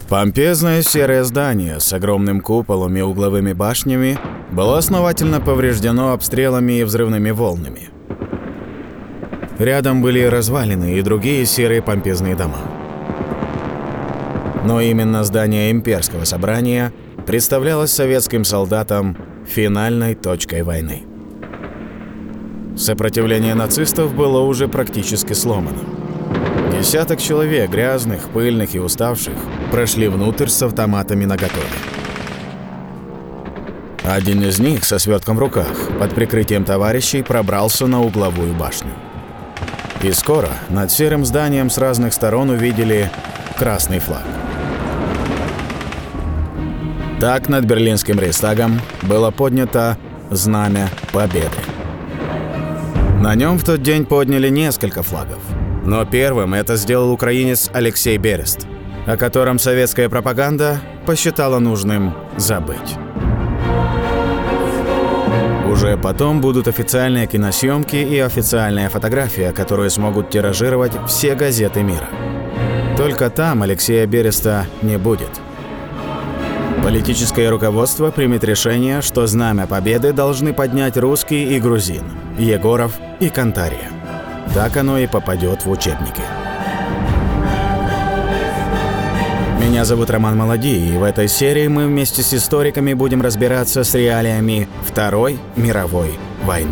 Помпезное серое здание с огромным куполом и угловыми башнями было основательно повреждено обстрелами и взрывными волнами. Рядом были развалины и другие серые помпезные дома. Но именно здание имперского собрания представлялось советским солдатам финальной точкой войны. Сопротивление нацистов было уже практически сломано. Десяток человек, грязных, пыльных и уставших, прошли внутрь с автоматами наготове. Один из них со свертком в руках под прикрытием товарищей пробрался на угловую башню. И скоро над серым зданием с разных сторон увидели красный флаг. Так над Берлинским Рейхстагом было поднято Знамя Победы. На нем в тот день подняли несколько флагов. Но первым это сделал украинец Алексей Берест, о котором советская пропаганда посчитала нужным забыть. Уже потом будут официальные киносъемки и официальная фотография, которую смогут тиражировать все газеты мира. Только там Алексея Береста не будет. Политическое руководство примет решение, что Знамя Победы должны поднять русский и грузин, Егоров и Кантария. Так оно и попадет в учебники. Меня зовут Роман Молоди, и в этой серии мы вместе с историками будем разбираться с реалиями Второй мировой войны.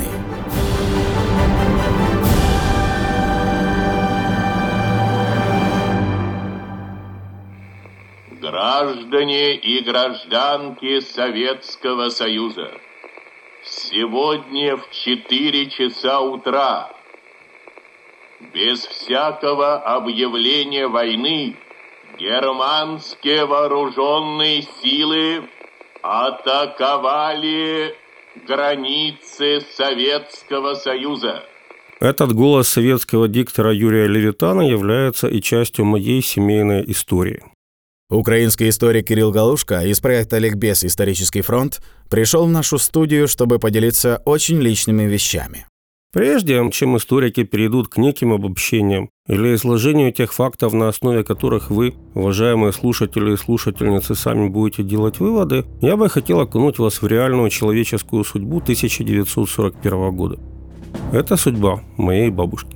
Граждане и гражданки Советского Союза, сегодня в 4 часа утра, без всякого объявления войны, германские вооруженные силы атаковали границы Советского Союза. Этот голос советского диктора Юрия Левитана является и частью моей семейной истории. Украинский историк Кирилл Галушка из проекта «Ликбез. Исторический фронт» пришел в нашу студию, чтобы поделиться очень личными вещами. Прежде чем историки перейдут к неким обобщениям или изложению тех фактов, на основе которых вы, уважаемые слушатели и слушательницы, сами будете делать выводы, я бы хотел окунуть вас в реальную человеческую судьбу 1941 года. Это судьба моей бабушки.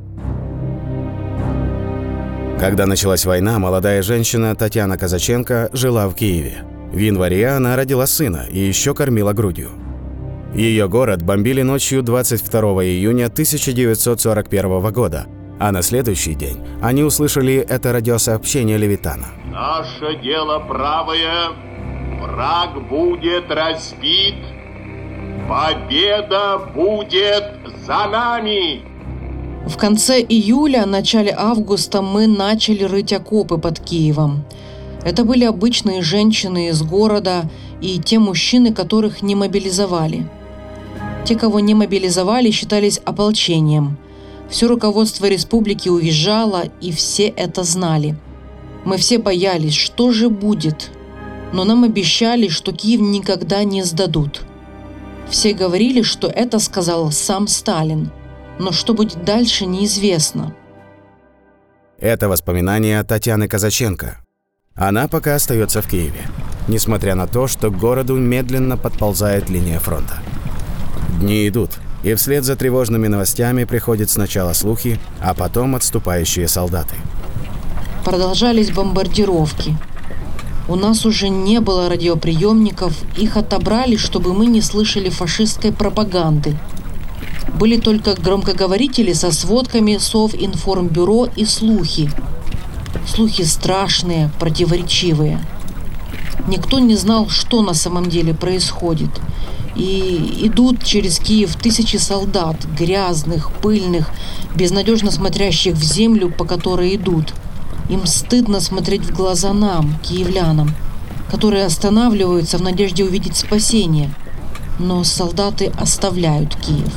Когда началась война, молодая женщина Татьяна Казаченко жила в Киеве. В январе она родила сына и еще кормила грудью. Ее город бомбили ночью 22 июня 1941 года, а на следующий день они услышали это радиосообщение Левитана. Наше дело правое, враг будет разбит, победа будет за нами. В конце июля, начале августа мы начали рыть окопы под Киевом. Это были обычные женщины из города и те мужчины, которых не мобилизовали. Те, кого не мобилизовали, считались ополчением. Все руководство республики уезжало, и все это знали. Мы все боялись, что же будет. Но нам обещали, что Киев никогда не сдадут. Все говорили, что это сказал сам Сталин. Но что будет дальше, неизвестно. Это воспоминания Татьяны Казаченко. Она пока остается в Киеве, несмотря на то, что к городу медленно подползает линия фронта. Дни идут, и вслед за тревожными новостями приходят сначала слухи, а потом отступающие солдаты. Продолжались бомбардировки. У нас уже не было радиоприемников, их отобрали, чтобы мы не слышали фашистской пропаганды. Были только громкоговорители со сводками Совинформбюро и слухи. Слухи страшные, противоречивые. Никто не знал, что на самом деле происходит. И идут через Киев тысячи солдат, грязных, пыльных, безнадежно смотрящих в землю, по которой идут. Им стыдно смотреть в глаза нам, киевлянам, которые останавливаются в надежде увидеть спасение. Но солдаты оставляют Киев.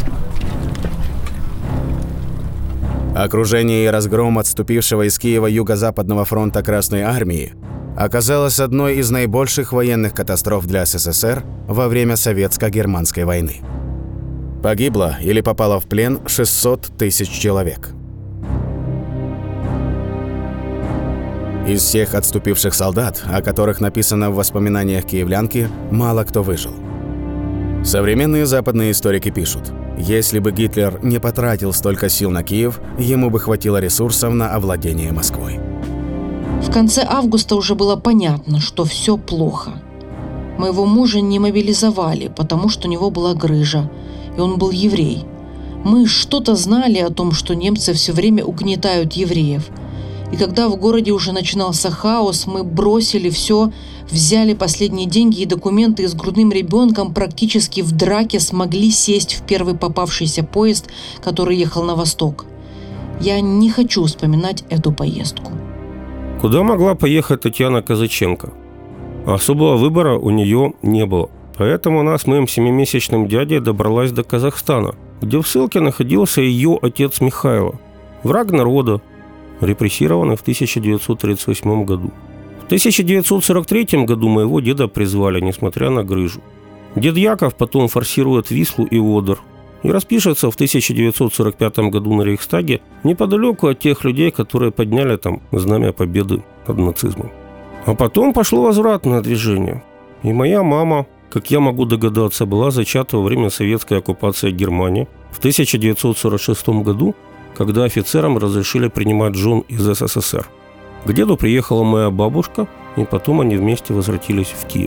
Окружение и разгром отступившего из Киева Юго-Западного фронта Красной Армии оказалось одной из наибольших военных катастроф для СССР во время Советско-германской войны. Погибло или попало в плен 600 тысяч человек. Из всех отступивших солдат, о которых написано в воспоминаниях киевлянки, мало кто выжил. Современные западные историки пишут, если бы Гитлер не потратил столько сил на Киев, ему бы хватило ресурсов на овладение Москвой. В конце августа уже было понятно, что все плохо. Моего мужа не мобилизовали, потому что у него была грыжа, и он был еврей. Мы что-то знали о том, что немцы все время угнетают евреев. И когда в городе уже начинался хаос, мы бросили все, взяли последние деньги и документы и с грудным ребенком практически в драке смогли сесть в первый попавшийся поезд, который ехал на восток. Я не хочу вспоминать эту поездку. Куда могла поехать Татьяна Казаченко? Особого выбора у нее не было. Поэтому она с моим 7-месячным дядей добралась до Казахстана, где в ссылке находился ее отец Михайло, враг народа, репрессированный в 1938 году. В 1943 году моего деда призвали, несмотря на грыжу. Дед Яков потом форсирует Вислу и Одер и распишется в 1945 году на Рейхстаге неподалеку от тех людей, которые подняли там знамя победы над нацизмом. А потом пошло возвратное движение. И моя мама, как я могу догадаться, была зачата во время советской оккупации Германии в 1946 году, когда офицерам разрешили принимать жен из СССР. К деду приехала моя бабушка, и потом они вместе возвратились в Киев.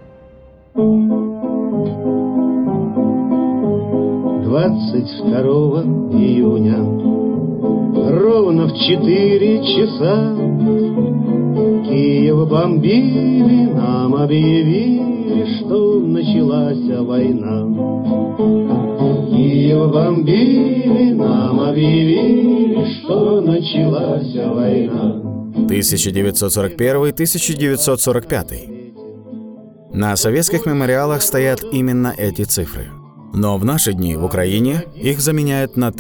22 июня, ровно в 4 часа, Киев бомбили, нам объявили, что началась война. Киев бомбили, нам объявили, что началась война. 1941-1945. На советских мемориалах стоят именно эти цифры. Но в наши дни в Украине их заменяют на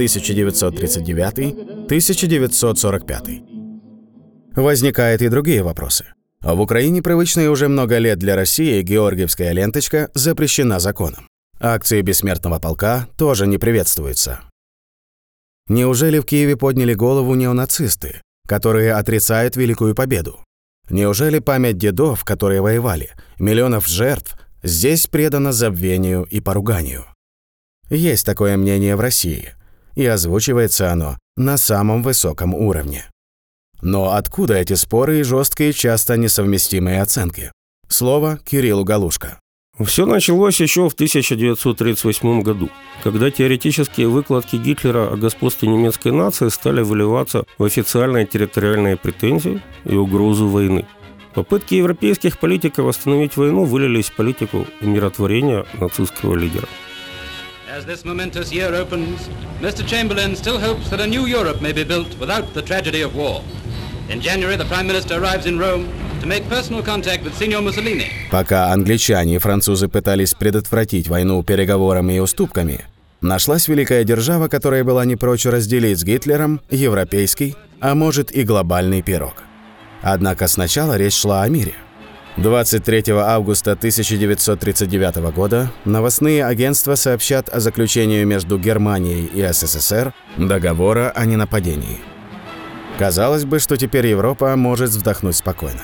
1939-1945. Возникают и другие вопросы. В Украине привычная уже много лет для России георгиевская ленточка запрещена законом. Акции бессмертного полка тоже не приветствуются. Неужели в Киеве подняли голову неонацисты, которые отрицают Великую Победу? Неужели память дедов, которые воевали, миллионов жертв, здесь предана забвению и поруганию? Есть такое мнение в России, и озвучивается оно на самом высоком уровне. Но откуда эти споры и жесткие, часто несовместимые оценки? Слово Кириллу Галушко. Все началось еще в 1938 году, когда теоретические выкладки Гитлера о господстве немецкой нации стали выливаться в официальные территориальные претензии и угрозу войны. Попытки европейских политиков остановить войну вылились в политику умиротворения нацистского лидера. As this momentous year opens, Mr. Chamberlain still hopes that a new Europe may be built without the tragedy of war. In January, the Prime Minister arrives in Rome to make personal contact with Signor Mussolini. Пока англичане и французы пытались предотвратить войну переговорами и уступками, нашлась великая держава, которая была не прочь разделить с Гитлером европейский, а может и глобальный пирог. Однако сначала речь шла о мире. 23 августа 1939 года новостные агентства сообщат о заключении между Германией и СССР договора о ненападении. Казалось бы, что теперь Европа может вздохнуть спокойно.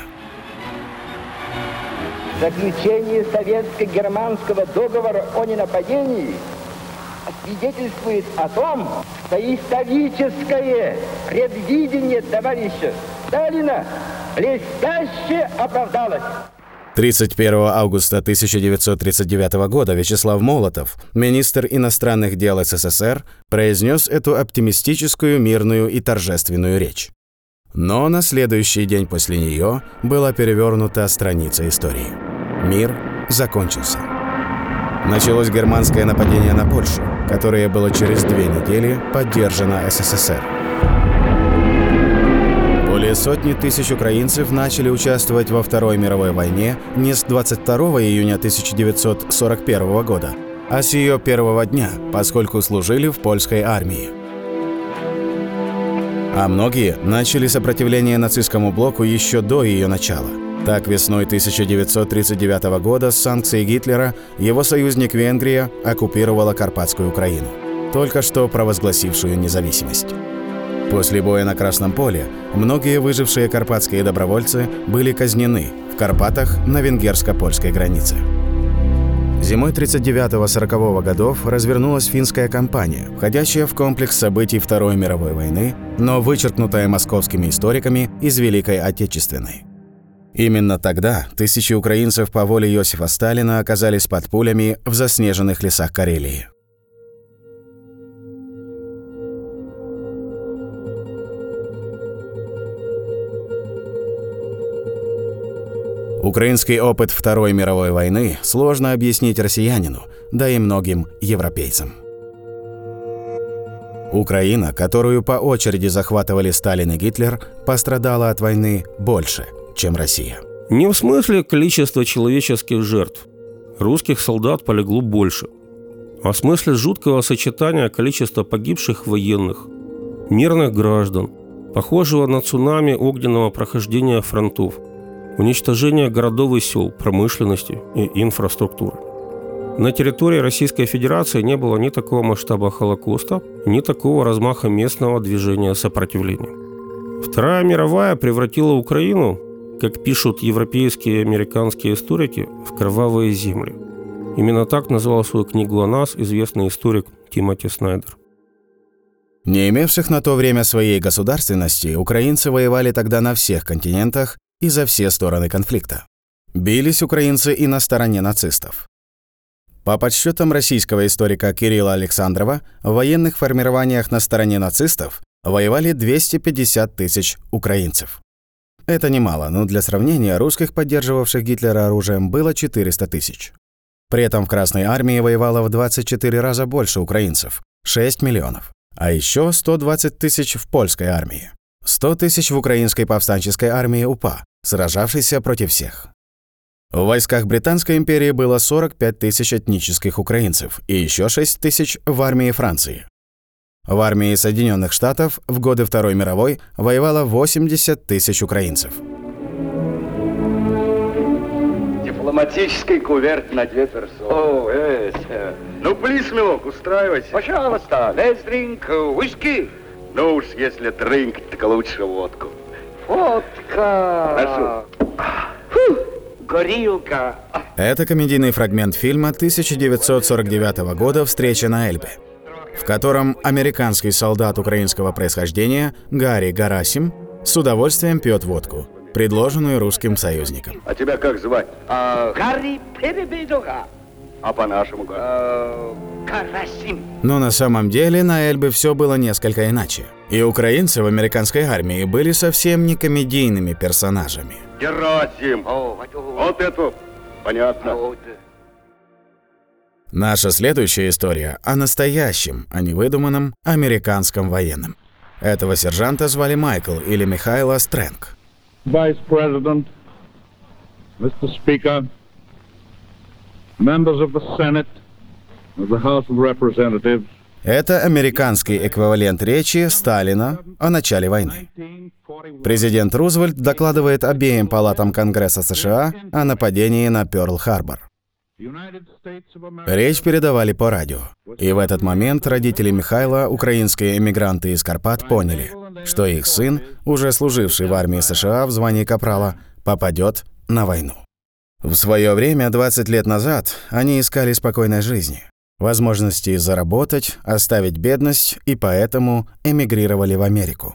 Заключение советско-германского договора о ненападении свидетельствует о том, что историческое предвидение товарища Сталина блестяще оправдалось. 31 августа 1939 года Вячеслав Молотов, министр иностранных дел СССР, произнес эту оптимистическую, мирную и торжественную речь. Но на следующий день после нее была перевернута страница истории. Мир закончился. Началось германское нападение на Польшу, которое было через 2 недели поддержано СССР. Более сотни тысяч украинцев начали участвовать во Второй мировой войне не с 22 июня 1941 года, а с ее первого дня, поскольку служили в польской армии. А многие начали сопротивление нацистскому блоку еще до ее начала. Так, весной 1939 года с санкцией Гитлера его союзник Венгрия оккупировала Карпатскую Украину, только что провозгласившую независимость. После боя на Красном поле многие выжившие карпатские добровольцы были казнены в Карпатах на венгерско-польской границе. Зимой 39-40 годов развернулась финская кампания, входящая в комплекс событий Второй мировой войны, но вычеркнутая московскими историками из Великой Отечественной. Именно тогда тысячи украинцев по воле Иосифа Сталина оказались под пулями в заснеженных лесах Карелии. Украинский опыт Второй мировой войны сложно объяснить россиянину, да и многим европейцам. Украина, которую по очереди захватывали Сталин и Гитлер, пострадала от войны больше, чем Россия. Не в смысле количества человеческих жертв. Русских солдат полегло больше. А в смысле жуткого сочетания количества погибших военных, мирных граждан, похожего на цунами огненного прохождения фронтов, уничтожение городов и сел, промышленности и инфраструктуры. На территории Российской Федерации не было ни такого масштаба Холокоста, ни такого размаха местного движения сопротивления. Вторая мировая превратила Украину, как пишут европейские и американские историки, в кровавые земли. Именно так назвал свою книгу о нас известный историк Тимоти Снайдер. Не имевших на то время своей государственности, украинцы воевали тогда на всех континентах и за все стороны конфликта. Бились украинцы и на стороне нацистов. По подсчетам российского историка Кирилла Александрова, в военных формированиях на стороне нацистов воевали 250 тысяч украинцев. Это немало, но для сравнения русских, поддерживавших Гитлера оружием, было 400 тысяч. При этом в Красной армии воевало в 24 раза больше украинцев – 6 миллионов. А еще 120 тысяч в польской армии. 100 тысяч в украинской повстанческой армии УПА, сражавшейся против всех. В войсках Британской империи было 45 тысяч этнических украинцев и еще 6 тысяч в армии Франции. В армии Соединенных Штатов в годы Второй мировой воевало 80 тысяч украинцев. Дипломатический куверт на 2 персоны. Ну, плиз, милок, устраивайся. Пожалуйста, let's drink whisky. Ну уж, если дринк, так лучше водку. Водка. Прошу. Горилка. Это комедийный фрагмент фильма 1949 года «Встреча на Эльбе», в котором американский солдат украинского происхождения Гарри Гарасим с удовольствием пьет водку, предложенную русским союзникам. А тебя как звать? Гарри Перебедога. А по-нашему как? Карасим. Но на самом деле на Эльбе все было несколько иначе. И украинцы в американской армии были совсем не комедийными персонажами. Герасим. Вот это понятно. Наша следующая история о настоящем, а не выдуманном американском военном. Этого сержанта звали Майкл или Михайло Стрэнг. Vice President, Mr. Speaker, members of the Senate, of the House of Representatives. Это американский эквивалент речи Сталина о начале войны. Президент Рузвельт докладывает обеим палатам Конгресса США о нападении на Пёрл-Харбор. Речь передавали по радио. И в этот момент родители Михайла, украинские эмигранты из Карпат, поняли, что их сын, уже служивший в армии США в звании капрала, попадет на войну. В свое время, 20 лет назад, они искали спокойной жизни, возможности заработать, оставить бедность, и поэтому эмигрировали в Америку.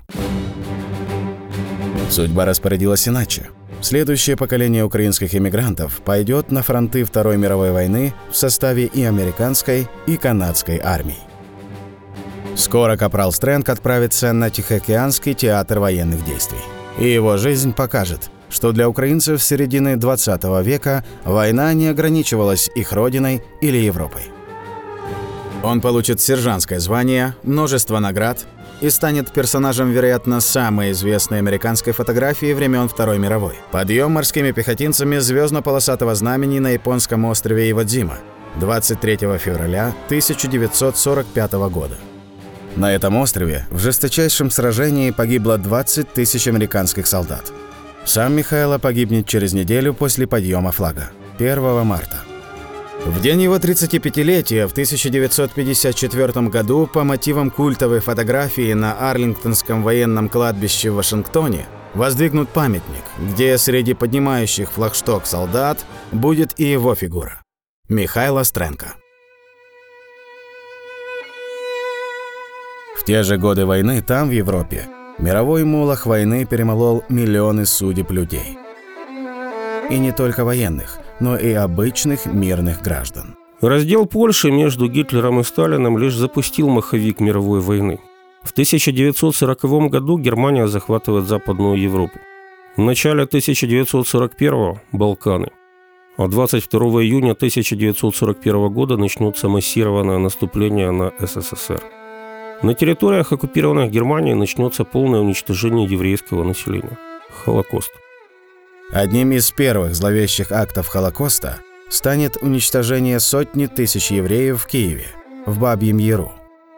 Судьба распорядилась иначе. Следующее поколение украинских эмигрантов пойдет на фронты Второй мировой войны в составе и американской, и канадской армий. Скоро капрал Стрэнг отправится на Тихоокеанский театр военных действий. И его жизнь покажет, что для украинцев с середины 20 века война не ограничивалась их родиной или Европой. Он получит сержантское звание, множество наград и станет персонажем, вероятно, самой известной американской фотографии времен Второй мировой. Подъем морскими пехотинцами звездно-полосатого знамени на японском острове Иводзима 23 февраля 1945 года. На этом острове в жесточайшем сражении погибло 20 тысяч американских солдат. Сам Михайло погибнет через неделю после подъема флага, 1 марта. В день его 35-летия в 1954 году по мотивам культовой фотографии на Арлингтонском военном кладбище в Вашингтоне воздвигнут памятник, где среди поднимающих флагшток солдат будет и его фигура – Михайло Стренко. В те же годы войны там, в Европе, мировой молох войны перемолол миллионы судеб людей. И не только военных, но и обычных мирных граждан. Раздел Польши между Гитлером и Сталиным лишь запустил маховик мировой войны. В 1940 году Германия захватывает Западную Европу. В начале 1941-го – Балканы. А 22 июня 1941 года начнется массированное наступление на СССР. На территориях, оккупированных Германией, начнется полное уничтожение еврейского населения – Холокост. Одним из первых зловещих актов Холокоста станет уничтожение сотни тысяч евреев в Киеве, в Бабьем Яру.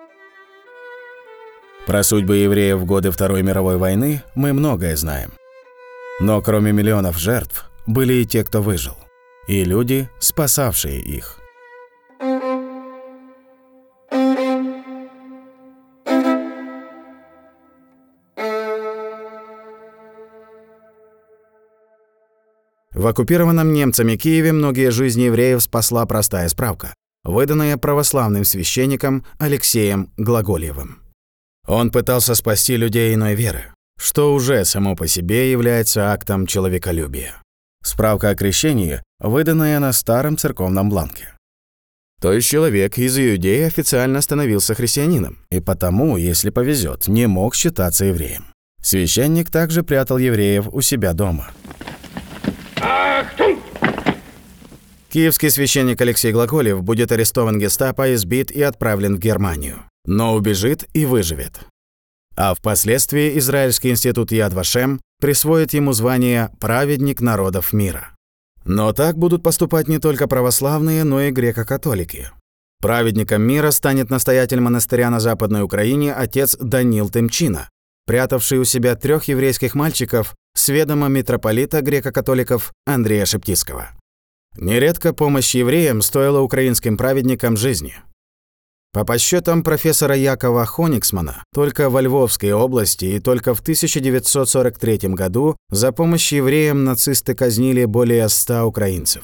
Про судьбы евреев в годы Второй мировой войны мы многое знаем. Но кроме миллионов жертв, были и те, кто выжил, и люди, спасавшие их. В оккупированном немцами Киеве многие жизни евреев спасла простая справка, выданная православным священником Алексеем Глаголевым. Он пытался спасти людей иной веры, что уже само по себе является актом человеколюбия. Справка о крещении, выданная на старом церковном бланке. То есть человек из Иудеи официально становился христианином, и потому, если повезет, не мог считаться евреем. Священник также прятал евреев у себя дома. Киевский священник Алексей Глаголев будет арестован гестапо, избит и отправлен в Германию. Но убежит и выживет. А впоследствии Израильский институт Яд Вашем присвоит ему звание «Праведник народов мира». Но так будут поступать не только православные, но и греко-католики. Праведником мира станет настоятель монастыря на Западной Украине отец Данил Тымчина, прятавший у себя 3 еврейских мальчиков с ведома митрополита греко-католиков Андрея Шептицкого. Нередко помощь евреям стоила украинским праведникам жизни. По подсчетам профессора Якова Хониксмана, только во Львовской области и только в 1943 году за помощь евреям нацисты казнили более 100 украинцев.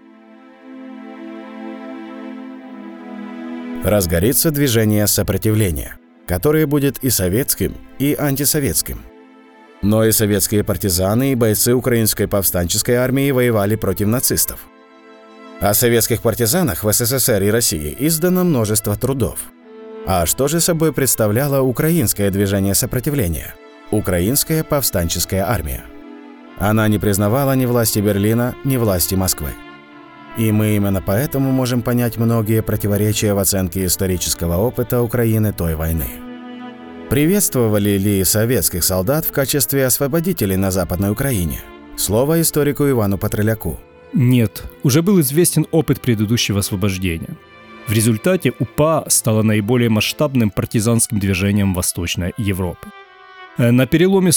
Разгорится движение сопротивления, которое будет и советским, и антисоветским. Но и советские партизаны, и бойцы украинской повстанческой армии воевали против нацистов. О советских партизанах в СССР и России издано множество трудов. А что же собой представляло украинское движение сопротивления? Украинская повстанческая армия. Она не признавала ни власти Берлина, ни власти Москвы. И мы именно поэтому можем понять многие противоречия в оценке исторического опыта Украины той войны. Приветствовали ли советских солдат в качестве освободителей на Западной Украине? Слово историку Ивану Патриляку. Нет, уже был известен опыт предыдущего освобождения. В результате УПА стала наиболее масштабным партизанским движением Восточной Европы. На переломе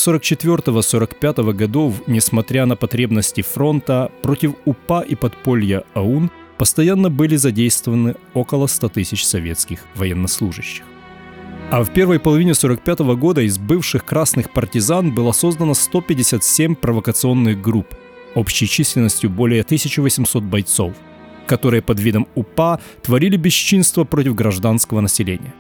44-45 годов, несмотря на потребности фронта, против УПА и подполья АУН постоянно были задействованы около 100 тысяч советских военнослужащих. А в первой половине 45 года из бывших красных партизан было создано 157 провокационных групп, общей численностью более 1800 бойцов, которые под видом УПА творили бесчинство против гражданского населения.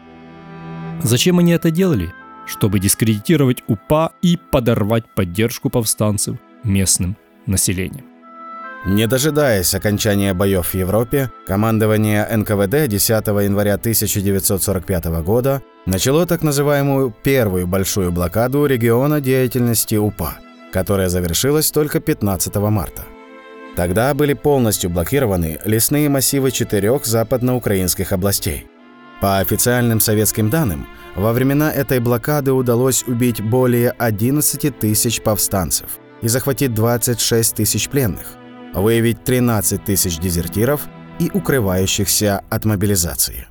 Зачем они это делали? Чтобы дискредитировать УПА и подорвать поддержку повстанцев местным населением. Не дожидаясь окончания боев в Европе, командование НКВД 10 января 1945 года начало так называемую первую большую блокаду региона деятельности УПА, которая завершилась только 15 марта. Тогда были полностью блокированы лесные массивы 4 западноукраинских областей. По официальным советским данным, во времена этой блокады удалось убить более 11 тысяч повстанцев и захватить 26 тысяч пленных, выявить 13 тысяч дезертиров и укрывающихся от мобилизации.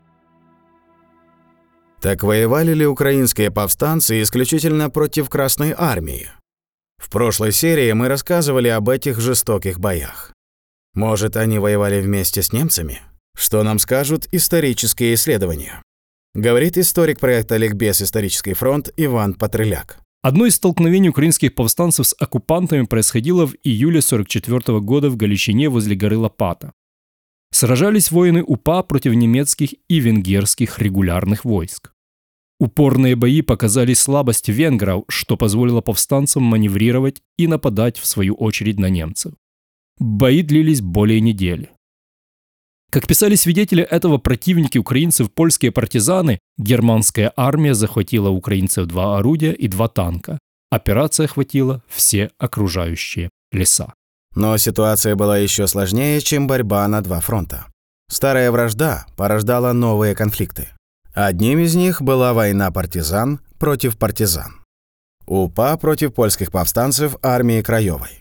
Так воевали ли украинские повстанцы исключительно против Красной армии? В прошлой серии мы рассказывали об этих жестоких боях. Может, они воевали вместе с немцами? Что нам скажут исторические исследования? Говорит историк проекта «Ликбез. Исторический фронт» Иван Патриляк. Одно из столкновений украинских повстанцев с оккупантами происходило в июле 1944 года в Галичине возле горы Лопата. Сражались воины УПА против немецких и венгерских регулярных войск. Упорные бои показали слабость венгров, что позволило повстанцам маневрировать и нападать в свою очередь на немцев. Бои длились более недели. Как писали свидетели этого противники украинцев, польские партизаны, германская армия захватила у украинцев 2 орудия и 2 танка. Операция охватила все окружающие леса. Но ситуация была еще сложнее, чем борьба на 2 фронта. Старая вражда порождала новые конфликты. Одним из них была война партизан против партизан. УПА против польских повстанцев армии Краевой.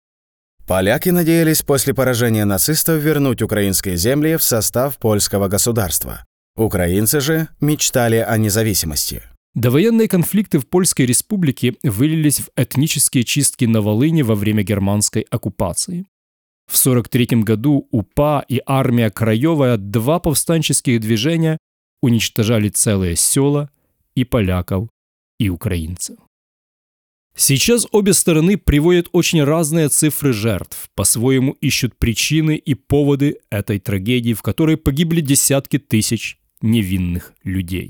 Поляки надеялись после поражения нацистов вернуть украинские земли в состав польского государства. Украинцы же мечтали о независимости. Довоенные конфликты в Польской республике вылились в этнические чистки на Волыни во время германской оккупации. В 1943 году УПА и армия Краевая, 2 повстанческих движения, уничтожали целые села и поляков, и украинцев. Сейчас обе стороны приводят очень разные цифры жертв, по-своему ищут причины и поводы этой трагедии, в которой погибли десятки тысяч невинных людей.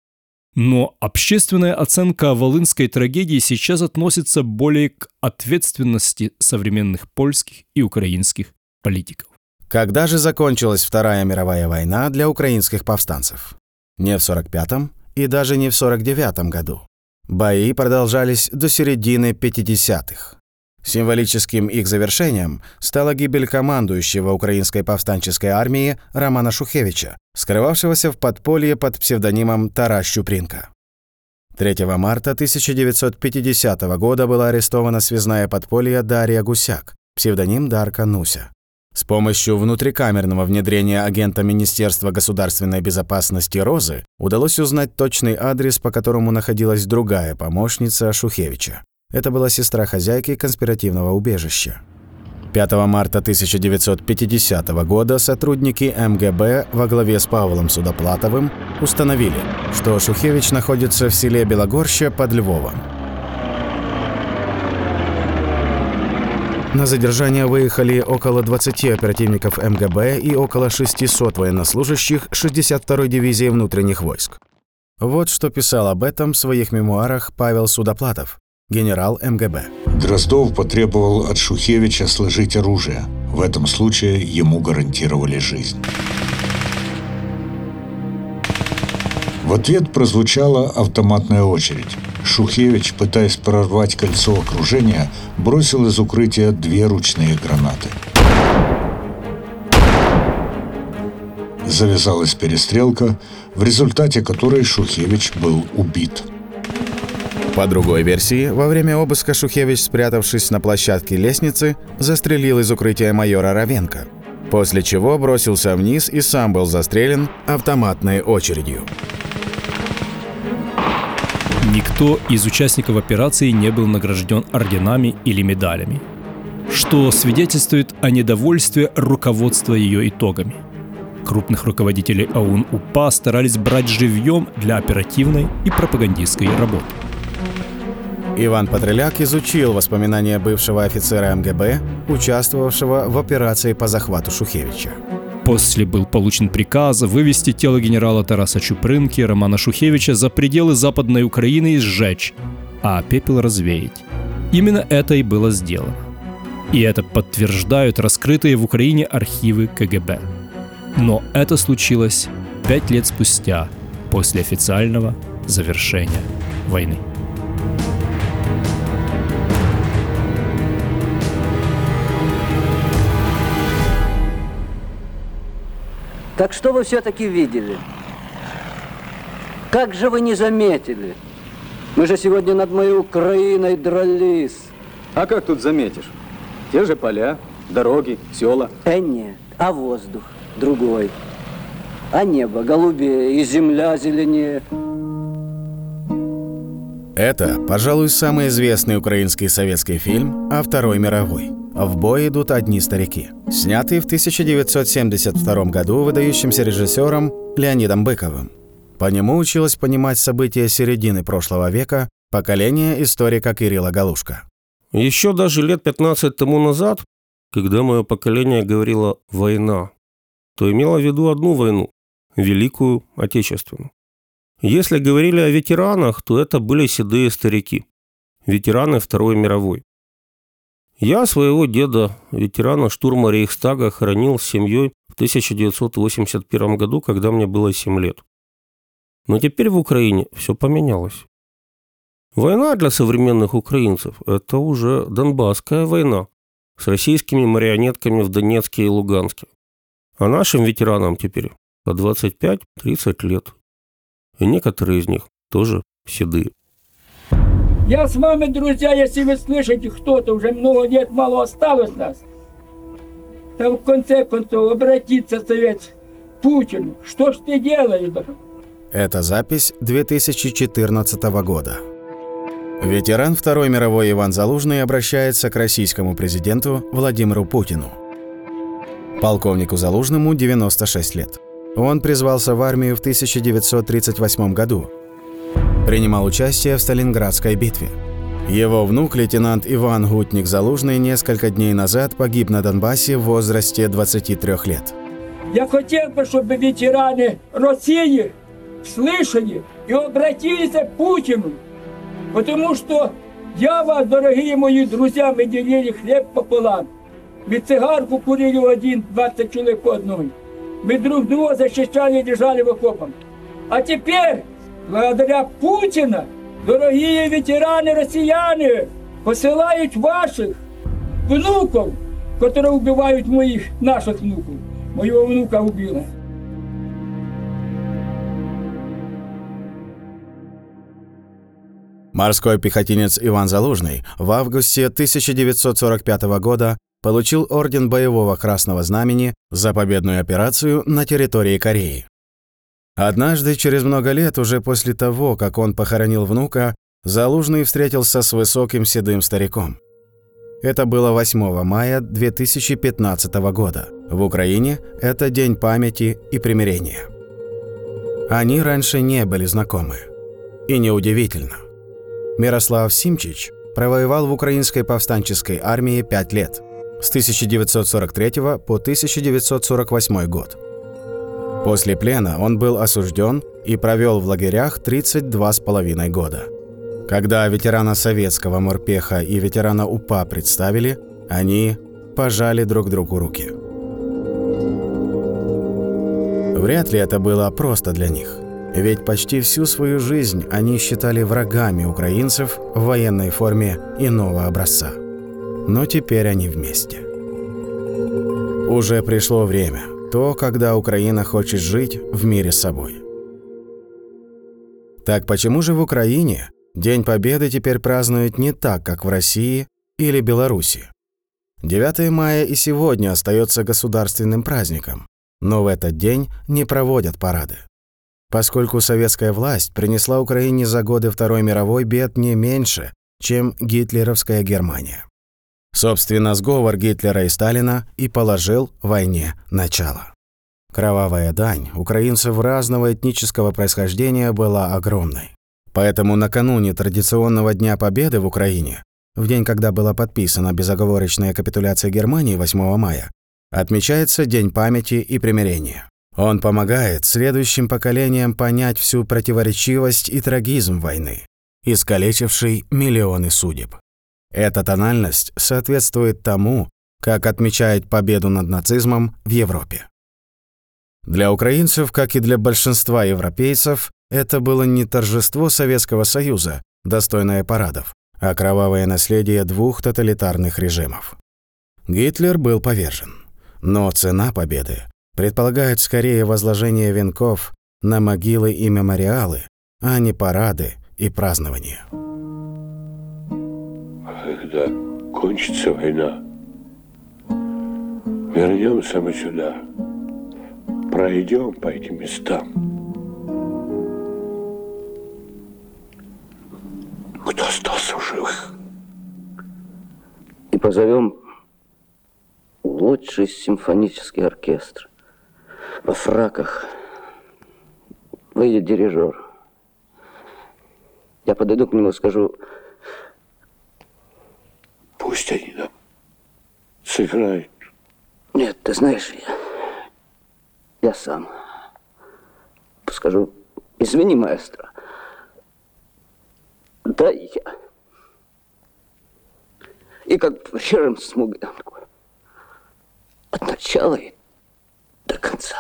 Но общественная оценка волынской трагедии сейчас относится более к ответственности современных польских и украинских политиков. Когда же закончилась Вторая мировая война для украинских повстанцев? Не в 1945-м и даже не в 1949 году. Бои продолжались до середины 50-х. Символическим их завершением стала гибель командующего украинской повстанческой армии Романа Шухевича, скрывавшегося в подполье под псевдонимом Тарас Чупринка. 3 марта 1950 года была арестована связная подполья Дарья Гусяк, псевдоним Дарка Нуся. С помощью внутрикамерного внедрения агента Министерства государственной безопасности Розы удалось узнать точный адрес, по которому находилась другая помощница Шухевича. Это была сестра хозяйки конспиративного убежища. 5 марта 1950 года сотрудники МГБ во главе с Павлом Судоплатовым установили, что Шухевич находится в селе Белогорща под Львовом. На задержание выехали около 20 оперативников МГБ и около 600 военнослужащих 62-й дивизии внутренних войск. Вот что писал об этом в своих мемуарах Павел Судоплатов, генерал МГБ. Дроздов потребовал от Шухевича сложить оружие. В этом случае ему гарантировали жизнь. В ответ прозвучала автоматная очередь. Шухевич, пытаясь прорвать кольцо окружения, бросил из укрытия 2 ручные гранаты. Завязалась перестрелка, в результате которой Шухевич был убит. По другой версии, во время обыска Шухевич, спрятавшись на площадке лестницы, застрелил из укрытия майора Равенко, после чего бросился вниз и сам был застрелен автоматной очередью. Никто из участников операции не был награжден орденами или медалями, что свидетельствует о недовольстве руководства ее итогами. Крупных руководителей ОУН-УПА старались брать живьем для оперативной и пропагандистской работы. Иван Патриляк изучил воспоминания бывшего офицера МГБ, участвовавшего в операции по захвату Шухевича. После был получен приказ вывести тело генерала Тараса Чупринки, Романа Шухевича за пределы Западной Украины и сжечь, а пепел развеять. Именно это и было сделано. И это подтверждают раскрытые в Украине архивы КГБ. Но это случилось 5 лет спустя, после официального завершения войны. Так что вы все-таки видели? Как же вы не заметили? Мы же сегодня над моей Украиной дрались. А как тут заметишь? Те же поля, дороги, села. Нет, а воздух другой. А небо голубее и земля зеленее. Это, пожалуй, самый известный украинский советский фильм о Второй мировой. «В бой идут одни старики», снятый в 1972 году выдающимся режиссером Леонидом Быковым. По нему училось понимать события середины прошлого века поколение историка Кирилла Галушко. Еще даже лет 15 тому назад, когда мое поколение говорило «война», то имело в виду одну войну – Великую Отечественную. Если говорили о ветеранах, то это были седые старики, ветераны Второй мировой. Я своего деда, ветерана штурма Рейхстага, хоронил с семьей в 1981 году, когда мне было 7 лет. Но теперь в Украине все поменялось. Война для современных украинцев – это уже Донбасская война с российскими марионетками в Донецке и Луганске. А нашим ветеранам теперь по 25-30 лет. И некоторые из них тоже седые. Я с вами, друзья, если вы слышите, кто-то уже много лет мало осталось нас, то в конце концов обратиться совет Путину. Что ж ты делаешь? Это запись 2014 года. Ветеран Второй мировой Иван Залужный обращается к российскому президенту Владимиру Путину. Полковнику Залужному 96 лет. Он призвался в армию в 1938 году. Принимал участие в Сталинградской битве. Его внук, лейтенант Иван Гутник Залужный, несколько дней назад погиб на Донбассе в возрасте 23 лет. Я хотел бы, чтобы ветераны России слышали и обратились к Путину. Потому что я вас, дорогие мои друзья, мы делили хлеб пополам. Мы цигарку курили один, 20 человек по одной. Мы друг друга защищали и держали в окопах. А теперь, благодаря Путину, дорогие ветераны россияне посылают ваших внуков, которые убивают наших внуков. Моего внука убила. Морской пехотинец Иван Залужный в августе 1945 года получил орден Боевого Красного Знамени за победную операцию на территории Кореи. Однажды, через много лет, уже после того, как он похоронил внука, Залужный встретился с высоким седым стариком. Это было 8 мая 2015 года. В Украине это День памяти и примирения. Они раньше не были знакомы. И неудивительно. Мирослав Симчич провоевал в украинской повстанческой армии 5 лет, с 1943 по 1948 год. После плена он был осужден и провел в лагерях 32,5 года. Когда ветерана советского морпеха и ветерана УПА представили, они пожали друг другу руки. Вряд ли это было просто для них. Ведь почти всю свою жизнь они считали врагами украинцев в военной форме иного образца. Но теперь они вместе. Уже пришло время, то, когда Украина хочет жить в мире с собой. Так почему же в Украине День Победы теперь празднуют не так, как в России или Беларуси? 9 мая и сегодня остается государственным праздником, но в этот день не проводят парады. Поскольку советская власть принесла Украине за годы Второй мировой бед не меньше, чем гитлеровская Германия. Собственно, сговор Гитлера и Сталина и положил войне начало. Кровавая дань украинцев разного этнического происхождения была огромной. Поэтому накануне традиционного Дня Победы в Украине, в день, когда была подписана безоговорочная капитуляция Германии 8 мая, отмечается День памяти и примирения. Он помогает следующим поколениям понять всю противоречивость и трагизм войны, искалечившей миллионы судеб. Эта тональность соответствует тому, как отмечает победу над нацизмом в Европе. Для украинцев, как и для большинства европейцев, это было не торжество Советского Союза, достойное парадов, а кровавое наследие 2 тоталитарных режимов. Гитлер был повержен, но цена победы предполагает скорее возложение венков на могилы и мемориалы, а не парады и празднования. Когда кончится война, вернемся мы сюда, пройдем по этим местам. Кто остался в живых? И позовем лучший симфонический оркестр. Во фраках выйдет дирижер. Я подойду к нему и скажу: пусть они нам сыграют. Нет, ты знаешь, я сам скажу: извини, маэстро, да я. И как вечером смогу от начала и до конца.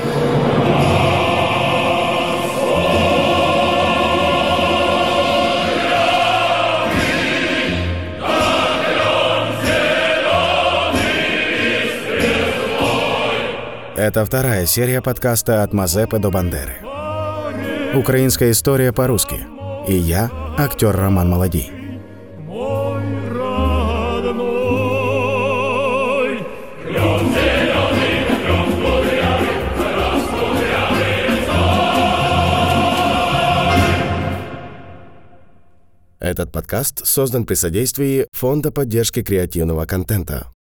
Это вторая серия подкаста «От Мазепы до Бандеры». Украинская история по-русски. И я, актер Роман Молодий. Этот подкаст создан при содействии Фонда поддержки креативного контента.